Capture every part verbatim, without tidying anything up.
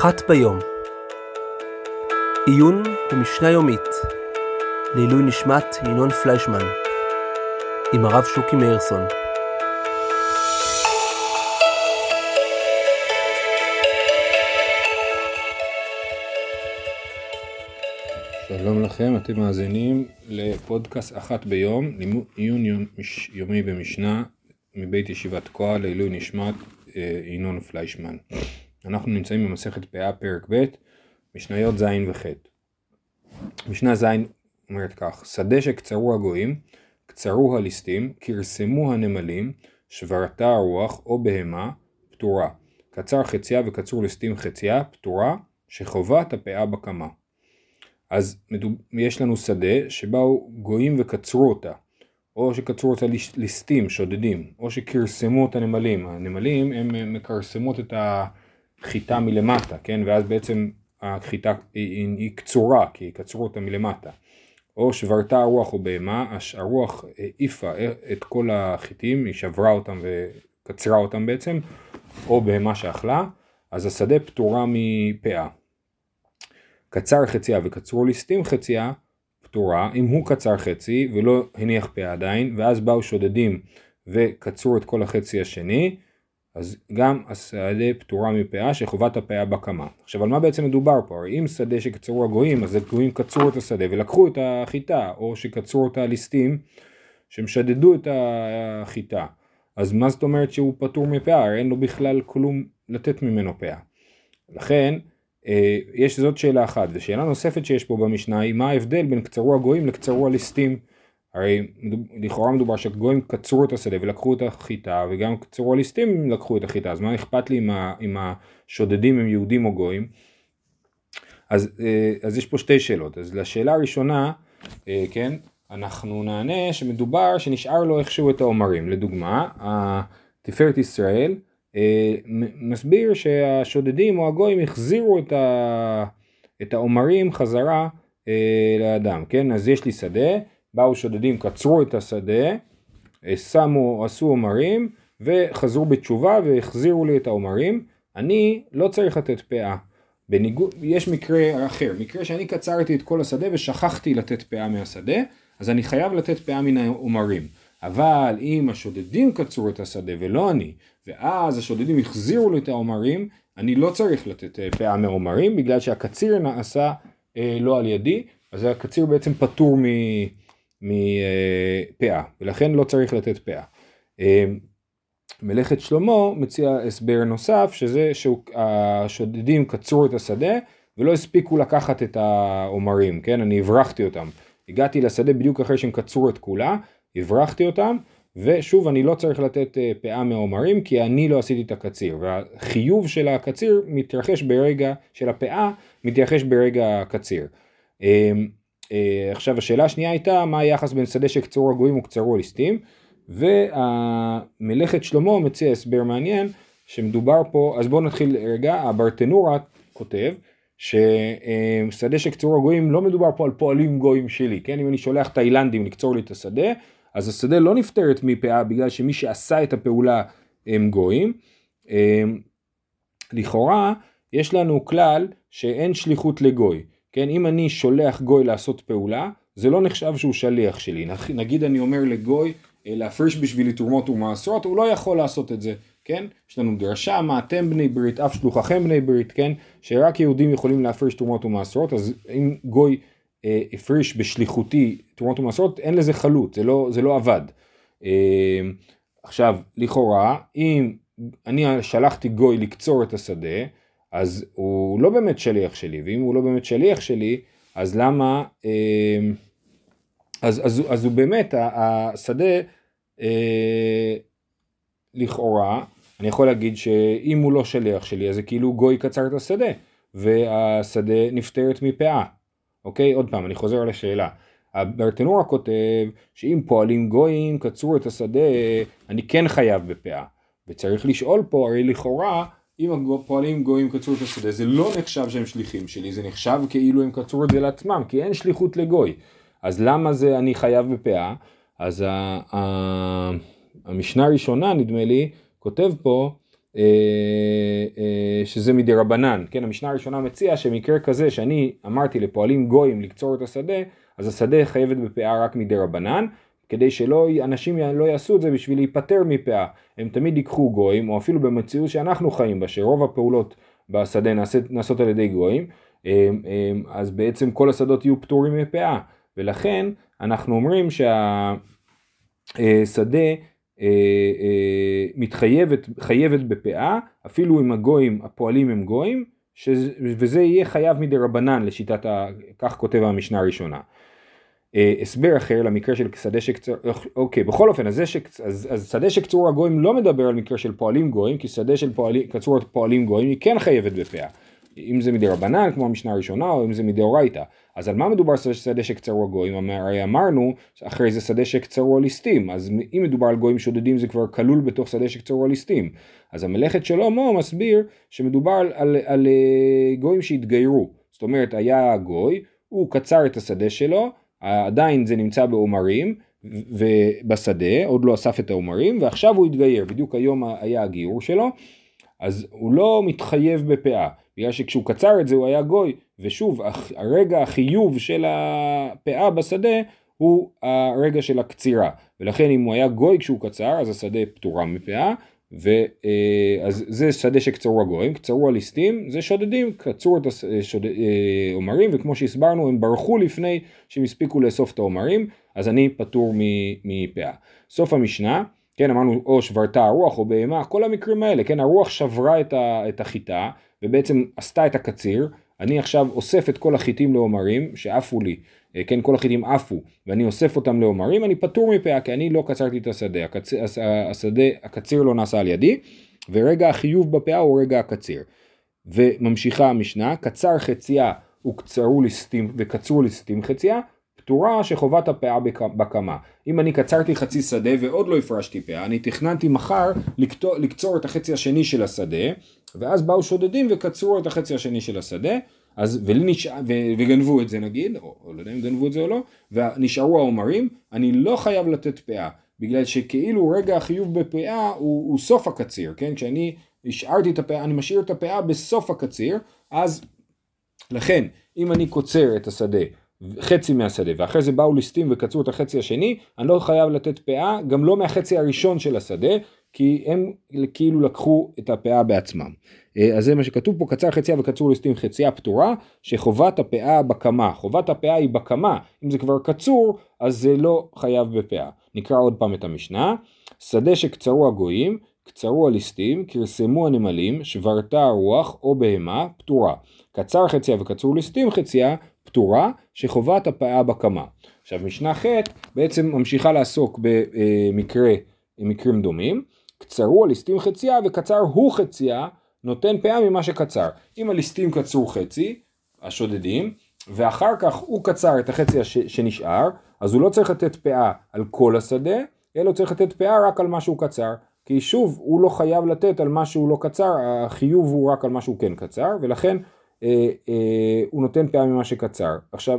אחת ביום. עיון במשנה יומית לעילוי נשמת ינון פליישמן עם הרב שוקי מאירסון. שלום לכם, אתם מאזינים לפודקאסט אחת ביום, עיון יומי במשנה מבית ישיבת תקוע לעילוי נשמת ינון פליישמן. אנחנו נמצאים במסכת פאה פרק ב', משניות ז' וח'. משנה ז' אומרת כך: שדה שקצרו הגויים, קצרו הליסטים, קרסמו הנמלים, שברתה הרוח או בהמה, פטורה. קצר חציה וקצור ליסטים חציה, פטורה, שחובת הפאה בקמה. אז יש לנו שדה שבאו גויים וקצרו אותה, או שקצרו אותה ליסטים, שודדים, או שקרסמו את הנמלים. הנמלים הם מקרסמות את החיטה מלמטה, כן? ואז בעצם החיטה היא, היא קצורה, כי קצרו אותה מלמטה. או שברתה הרוח או בהמה, הרוח העיפה את כל החיטים, היא שברה אותם וקצרה אותם בעצם, או בהמה שאכלה, אז השדה פטורה מפאה. קצר חציה וקצרו ליסטים חציה, פטורה, אם הוא קצר חצי ולא הניח פאה עדיין, ואז באו שודדים וקצרו את כל החצי השני, אז גם השדה פטורה מפאה שחובת הפאה בקמה. עכשיו, על מה בעצם מדובר פה? הרי אם שדה שקצרו הגויים, אז הגויים קצרו את השדה ולקחו את החיטה, או שקצרו את הליסטים שמשדדו את החיטה. אז מה זאת אומרת שהוא פטור מפאה? הרי אין לו בכלל כלום לתת ממנו פאה. לכן, יש זאת שאלה אחת, ושאלה נוספת שיש פה במשנה היא מה ההבדל בין קצרו הגויים לקצרו הליסטים. הרי לכאורה מדובר שהגויים קצרו את השדה ולקחו את החיטה, וגם קצרו הליסטים לקחו את החיטה, אז מה אכפת לי אם השודדים הם יהודים או גויים? אז, אז יש פה שתי שאלות. אז לשאלה הראשונה, כן, אנחנו נענה שמדובר שנשאר לו איכשהו את האומרים. לדוגמה, תפארת ישראל מסביר שהשודדים או הגויים החזירו את, ה, את האומרים חזרה לאדם, כן? אז יש לי שדה, באו שודדים, קצרו את השדה, שמו, עשו אומרים וחזרו בתשובה והחזירו לי את האומרים. אני לא צריך לתת פאה. בניגוד, יש מקרה אחר, מקרה שאני קצרתי את כל השדה ושכחתי לתת פאה מהשדה, אז אני חייב לתת פאה מן האומרים. אבל אם השודדים קצרו את השדה ולא אני, ואז השודדים החזירו לי את האומרים, אני לא צריך לתת פאה מהאומרים, בגלל שהקציר נעשה אה, לא על ידי, אז הקציר בעצם פטור מפאה, ולכן לא צריך לתת פאה. אה, מלאכת שלמה מציע הסבר נוסף, שזה שהשודדים קצרו את השדה, ולא הספיקו לקחת את האומרים, כן? אני הברחתי אותם. הגעתי לשדה בדיוק אחרי שהם קצרו את כולה, הברחתי אותם, ושוב אני לא צריך לתת פאה מהאומרים, כי אני לא עשיתי את הקציר, והחיוב של הקציר מתרחש ברגע, של הפאה מתרחש ברגע הקציר. עכשיו השאלה השנייה הייתה, מה היחס בין שדה שקצרו הגויים וקצרו הליסטים, והמלאכת שלמה מציע הסבר מעניין, שמדובר פה, אז בואו נתחיל רגע, הברטנורה כותב, ששדה שקצרו הגויים לא מדובר פה על פועלים גויים שלי, כן? אם אני שולח תאילנדים לקצור לי את השדה, אז השדה לא נפטרת מפאה בגלל שמי שעשה את הפעולה הם גויים. לכאורה יש לנו כלל שאין שליחות לגוי, כן? אם אני שולח גוי לעשות פעולה, זה לא נחשב שהוא שליח שלי. נגיד אני אומר לגוי להפריש בשבילי תרומות ומעשרות, הוא לא יכול לעשות את זה, כן? יש לנו דרשה, מה אתם בני ברית, אף שלוחכם בני ברית, כן? שרק יהודים יכולים להפריש תרומות ומעשרות, אז אם גוי אה, הפריש בשליחותי תרומות ומעשרות, אין לזה חלות, זה לא, זה לא עבד. אה, עכשיו, לכאורה, אם אני שלחתי גוי לקצור את השדה, אז הוא לא באמת שליח שלי, ואם הוא לא באמת שליח שלי, אז למה, אה, אז, אז, אז הוא באמת, השדה, אה, לכאורה, אני יכול להגיד שאם הוא לא שליח שלי, אז זה כאילו גוי קצר את השדה, והשדה נפטרת מפאה. אוקיי? עוד פעם, אני חוזר על השאלה. הברטנורה כותב שאם פועלים גויים קצרו את השדה, אני כן חייב בפאה. וצריך לשאול פה, הרי לכאורה, אם הפועלים גויים קצרו את השדה, זה לא נחשב שהם שליחים שלי, זה נחשב כאילו הם קצרו את זה לעצמם, כי אין שליחות לגוי. אז למה זה אני חייב בפאה? אז ה... ה... המשנה הראשונה, נדמה לי, כותב פה שזה מדי רבנן, כן, המשנה הראשונה מציעה שמקרה כזה שאני אמרתי לפועלים גויים לקצור את השדה, אז השדה חייבת בפאה רק מדי רבנן, כדי שלא, אנשים לא יעשו את זה בשביל להיפטר מפאה, הם תמיד ייקחו גויים, או אפילו במציאות שאנחנו חיים בה, שרוב הפעולות בשדה נעשות, נעשות על ידי גויים, אז בעצם כל השדות יהיו פטורים מפאה, ולכן אנחנו אומרים שהשדה מתחייבת חייבת בפאה, אפילו אם הגויים, הפועלים הם גויים, וזה יהיה חייב מדי רבנן לשיטת, ה... כך כותב המשנה הראשונה. הסבר אחר למקרה של שדה שקצור, אוקיי, בכל אופן, אז, שק... אז, אז שדה שקצור הגויים לא מדבר על מקרה של פועלים גויים, כי שדה של פועלים, קצור פועלים גויים היא כן חייבת בפאה. אם זה מדי רבנן, כמו המשנה הראשונה, או אם זה מדי אורייתא. אז על מה מדובר שדה שקצרו הגויים? הרי אמרנו, אחרי זה שדה שקצרו הליסטים, אז אם מדובר על גויים שודדים, זה כבר כלול בתוך שדה שקצרו הליסטים. אז המלאכת שלמה מסביר שמדובר על, על, על גויים שהתגיירו. זאת אומרת, היה גוי, הוא קצר את השדה שלו, עדיין זה נמצא בעומרים, ובשדה, עוד לא אסף את העומרים, ועכשיו הוא התגייר, בדיוק היום היה הגיור שלו, אז הוא לא מתחייב בפאה. בגלל שכשהוא קצר את זה הוא היה גוי, ושוב הרגע החיוב של הפאה בשדה הוא הרגע של הקצירה, ולכן אם הוא היה גוי כשהוא קצר אז השדה פטורה מפאה, אז זה שדה שקצרו הגויים, קצרו הליסטים, זה שודדים, קצרו את העומרים, וכמו שהסברנו הם ברחו לפני שהם הספיקו לאסוף את העומרים, אז אני פטור מפאה. סוף המשנה, כן, אמרנו או שברתה הרוח או בהמה, כל המקרים האלה, כן, הרוח שברה את, ה, את החיטה, ובעצם עשתה את הקציר, אני עכשיו אוסף את כל החיטים לעומרים, שעפו לי, כן, כל החיטים עפו, ואני אוסף אותם לעומרים, אני פטור מפאה, כי אני לא קצרתי את השדה, הקצ... השדה, הקציר לא נעשה על ידי, ורגע החיוב בפאה הוא רגע הקציר. וממשיכה המשנה, קצר חצייה וקצרו ליסטים, וקצרו ליסטים חצייה, פטורה שחובת הפאה בקמה. אם אני קצרתי חצי שדה ועוד לא הפרשתי פאה, אני תכננתי מחר לקצור, לקצור את החצי השני של השדה, ואז באו שודדים וקצרו את החצי השני של השדה, אז ולנשאר, ו, וגנבו את זה נגיד, או, או לא יודע אם גנבו את זה או לא, ונשארו העומרים, אני לא חייב לתת פאה, בגלל שכאילו רגע החיוב בפאה הוא, הוא סוף הקציר, כן? כשאני השארתי את הפאה, אני משאיר את הפאה בסוף הקציר, אז לכן, אם אני קוצר את השדה, חצי מהשדה, ואחרי זה באו ליסטים וקצרו את החצי השני, אני לא חייב לתת פאה, גם לא מהחצי הראשון של השדה, כי הם כאילו לקחו את הפאה בעצמם. אז זה מה שכתוב פה, קצר חצייה וקצרו ליסטים חצייה פטורה, שחובת הפאה בקמה. חובת הפאה היא בקמה, אם זה כבר קצור, אז זה לא חייב בפאה. נקרא עוד פעם את המשנה, שדה שקצרו הגויים, קצרו הליסטים, קרסמו הנמלים, שברתה הרוח או בהמה, פטורה. קצר חצייה וקצרו ליסטים חצייה, פטורה, שחובת הפאה בקמה. עכשיו משנה ח' בעצם ממשיכה לעסוק במקרה, מקרים דומים, קצרו הליסטים חצייה וקצר הוא חצייה, נותן פאה ממה שקצר. אם הליסטים קצרו חצי, השודדים, ואחר כך הוא קצר את החצי שנשאר, אז הוא לא צריך לתת פאה על כל השדה, אלא הוא צריך לתת פאה רק על מה שהוא קצר. כי שוב, הוא לא חייב לתת על מה שהוא לא קצר, החיוב הוא רק על מה שהוא כן קצר, ולכן אה, אה, הוא נותן פאה ממה שקצר. עכשיו,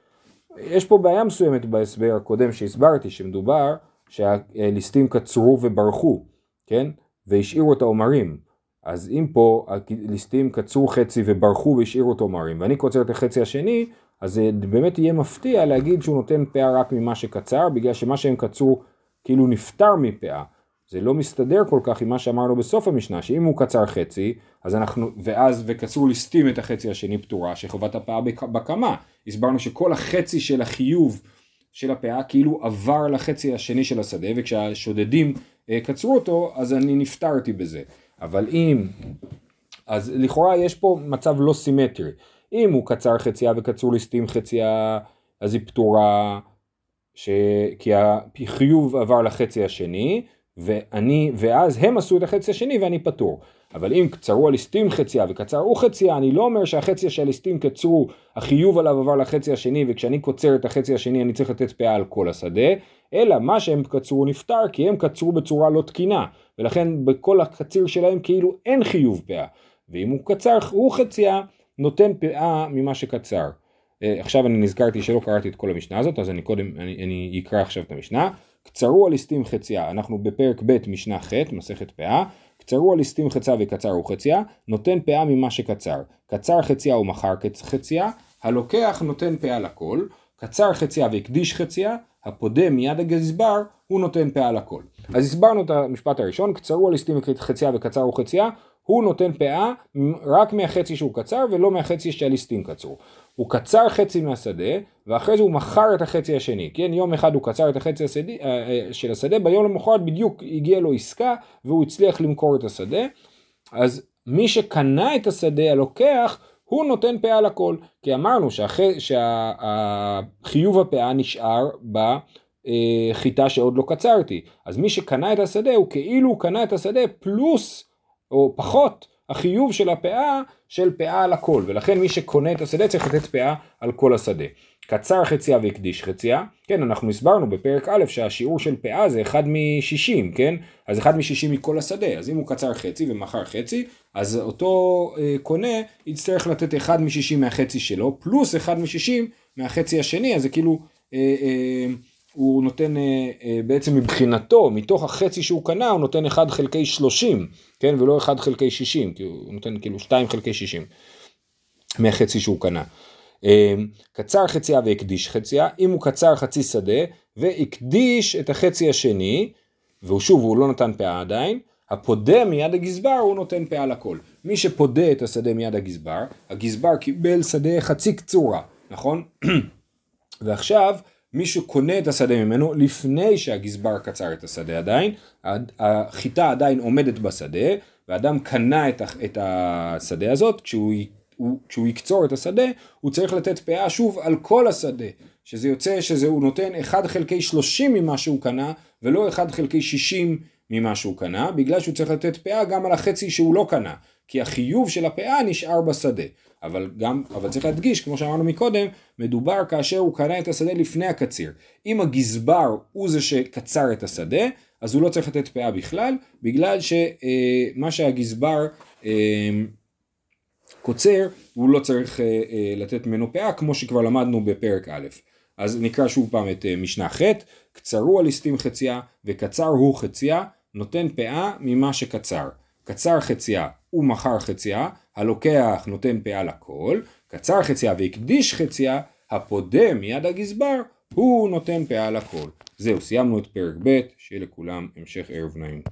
יש פה בעיה מסוימת בהסבר הקודם שהסברתי, שמדובר שהליסטים קצרו וברחו, כן? והשאירו את העומרים. אז אם פה הליסטים קצרו חצי וברחו והשאירו את העומרים, ואני קוצר את החצי השני, אז זה באמת יהיה מפתיע להגיד שהוא נותן פאה רק ממה שקצר, בגלל שמה שהם קצרו כאילו נפטר מפאה. זה לא מסתדר כל כך עם מה שאמרנו בסוף המשנה, שאם הוא קצר חצי, אז אנחנו, ואז וקצרו ליסטים את החצי השני פטורה, שחובת הפאה בקמה. הסברנו שכל החצי של החיוב של הפאה כאילו עבר לחצי השני של השדה, וכשהשודדים קצרו אותו, אז אני נפטרתי בזה. אבל אם, אז לכאורה יש פה מצב לא סימטרי. אם הוא קצר חצייה וקצרו ליסטים חצייה, אז היא פטורה, ש... כי החיוב עבר לחצי השני, ואני, ואז הם עשו את החצי השני ואני פטור. אבל אם קצרו הליסטים חצייה וקצרו חצייה, אני לא אומר שהחצי של הליסטים קצרו, החיוב עליו עבר לחצי השני, וכשאני קוצר את החצי השני אני צריך לתת פאה על כל השדה, אלא מה שהם קצרו נפטר, כי הם קצרו בצורה לא תקינה, ולכן בכל הקציר שלהם כאילו אין חיוב פאה. ואם הוא קצר הוא חצייה, נותן פאה ממה שקצר. עכשיו אני נזכרתי שלא קראתי את כל המשנה הזאת, אז אני קודם, אני, אני אקרא עכשיו את המשנה. קצרו הליסטים חצייה, אנחנו בפרק ב' משנה ח', מסכת פאה, קצרו הליסטים חציה וקצרו חציה, נותן פאה ממה שקצר. קצר חציה ומחר חציה, הלוקח נותן פאה לכל. קצר חציה והקדיש חציה, הפודה מיד הגזבר, הוא נותן פאה לכל. אז הסברנו את המשפט הראשון, קצרו הליסטים חציה וקצרו חציה, הוא נותן פאה רק מהחצי שהוא קצר ולא מהחצי שהליסטים קצרו. הוא קצר חצי מהשדה, ואחרי זה הוא מכר את החצי השני. כן, יום אחד הוא קצר את החצי השדה, של השדה, ביום למחרת בדיוק הגיע לו עסקה, והוא הצליח למכור את השדה. אז מי שקנה את השדה, הלוקח, הוא נותן פאה לכל. כי אמרנו שהחיוב שה, הפאה נשאר בחיטה שעוד לא קצרתי. אז מי שקנה את השדה, הוא כאילו קנה את השדה פלוס או פחות החיוב של הפאה של פאה על הכל, ולכן מי שקונה את השדה צריך לתת פאה על כל השדה. קצר חציה והקדיש חציה, כן, אנחנו הסברנו בפרק א' שהשיעור של פאה זה אחד משישים, כן, אז אחד משישים מכל השדה, אז אם הוא קצר חצי ומחר חצי, אז אותו אה, קונה יצטרך לתת אחד משישים מהחצי שלו, פלוס אחד משישים מהחצי השני, אז זה כאילו אה, אה, הוא נותן בעצם מבחינתו, מתוך החצי שהוא קנה, הוא נותן אחד חלקי שלושים, כן, ולא אחד חלקי שישים, כי הוא נותן כאילו שתיים חלקי שישים, מהחצי שהוא קנה. קצר חציה והקדיש חציה, אם הוא קצר חצי שדה, והקדיש את החצי השני, והוא שוב, הוא לא נתן פאה עדיין, הפודה מיד הגזבר, הוא נותן פאה לכל. מי שפודה את השדה מיד הגזבר, הגזבר קיבל שדה חצי קצורה, נכון? ועכשיו, מישהו קונה את השדה ממנו לפני שהגזבר קצר את השדה עדיין, החיטה עדיין עומדת בשדה, ואדם קנה את השדה הזאת, כשהוא, כשהוא יקצור את השדה, הוא צריך לתת פאה שוב על כל השדה, שזה יוצא שהוא נותן אחד חלקי שלושים ממה שהוא קנה, ולא אחד חלקי שישים ממה שהוא קנה, בגלל שהוא צריך לתת פאה גם על החצי שהוא לא קנה, כי החיוב של הפאה נשאר בשדה. אבל גם, אבל צריך להדגיש, כמו שאמרנו מקודם, מדובר כאשר הוא קנה את השדה לפני הקציר. אם הגזבר הוא זה שקצר את השדה, אז הוא לא צריך לתת פאה בכלל, בגלל שמה שהגזבר קוצר, הוא לא צריך לתת ממנו פאה, כמו שכבר למדנו בפרק א'. אז נקרא שוב פעם את משנה ח', קצרו הליסטים חציה, וקצר הוא חציה, נותן פאה ממה שקצר. קצר חציה ומחר חציה, הלוקח נותן פאה לכל, קצר חציה והקדיש חציה, הפודה מיד הגזבר, הוא נותן פאה לכל. זהו, סיימנו את פרק ב', שיהיה לכולם המשך ערב נעים.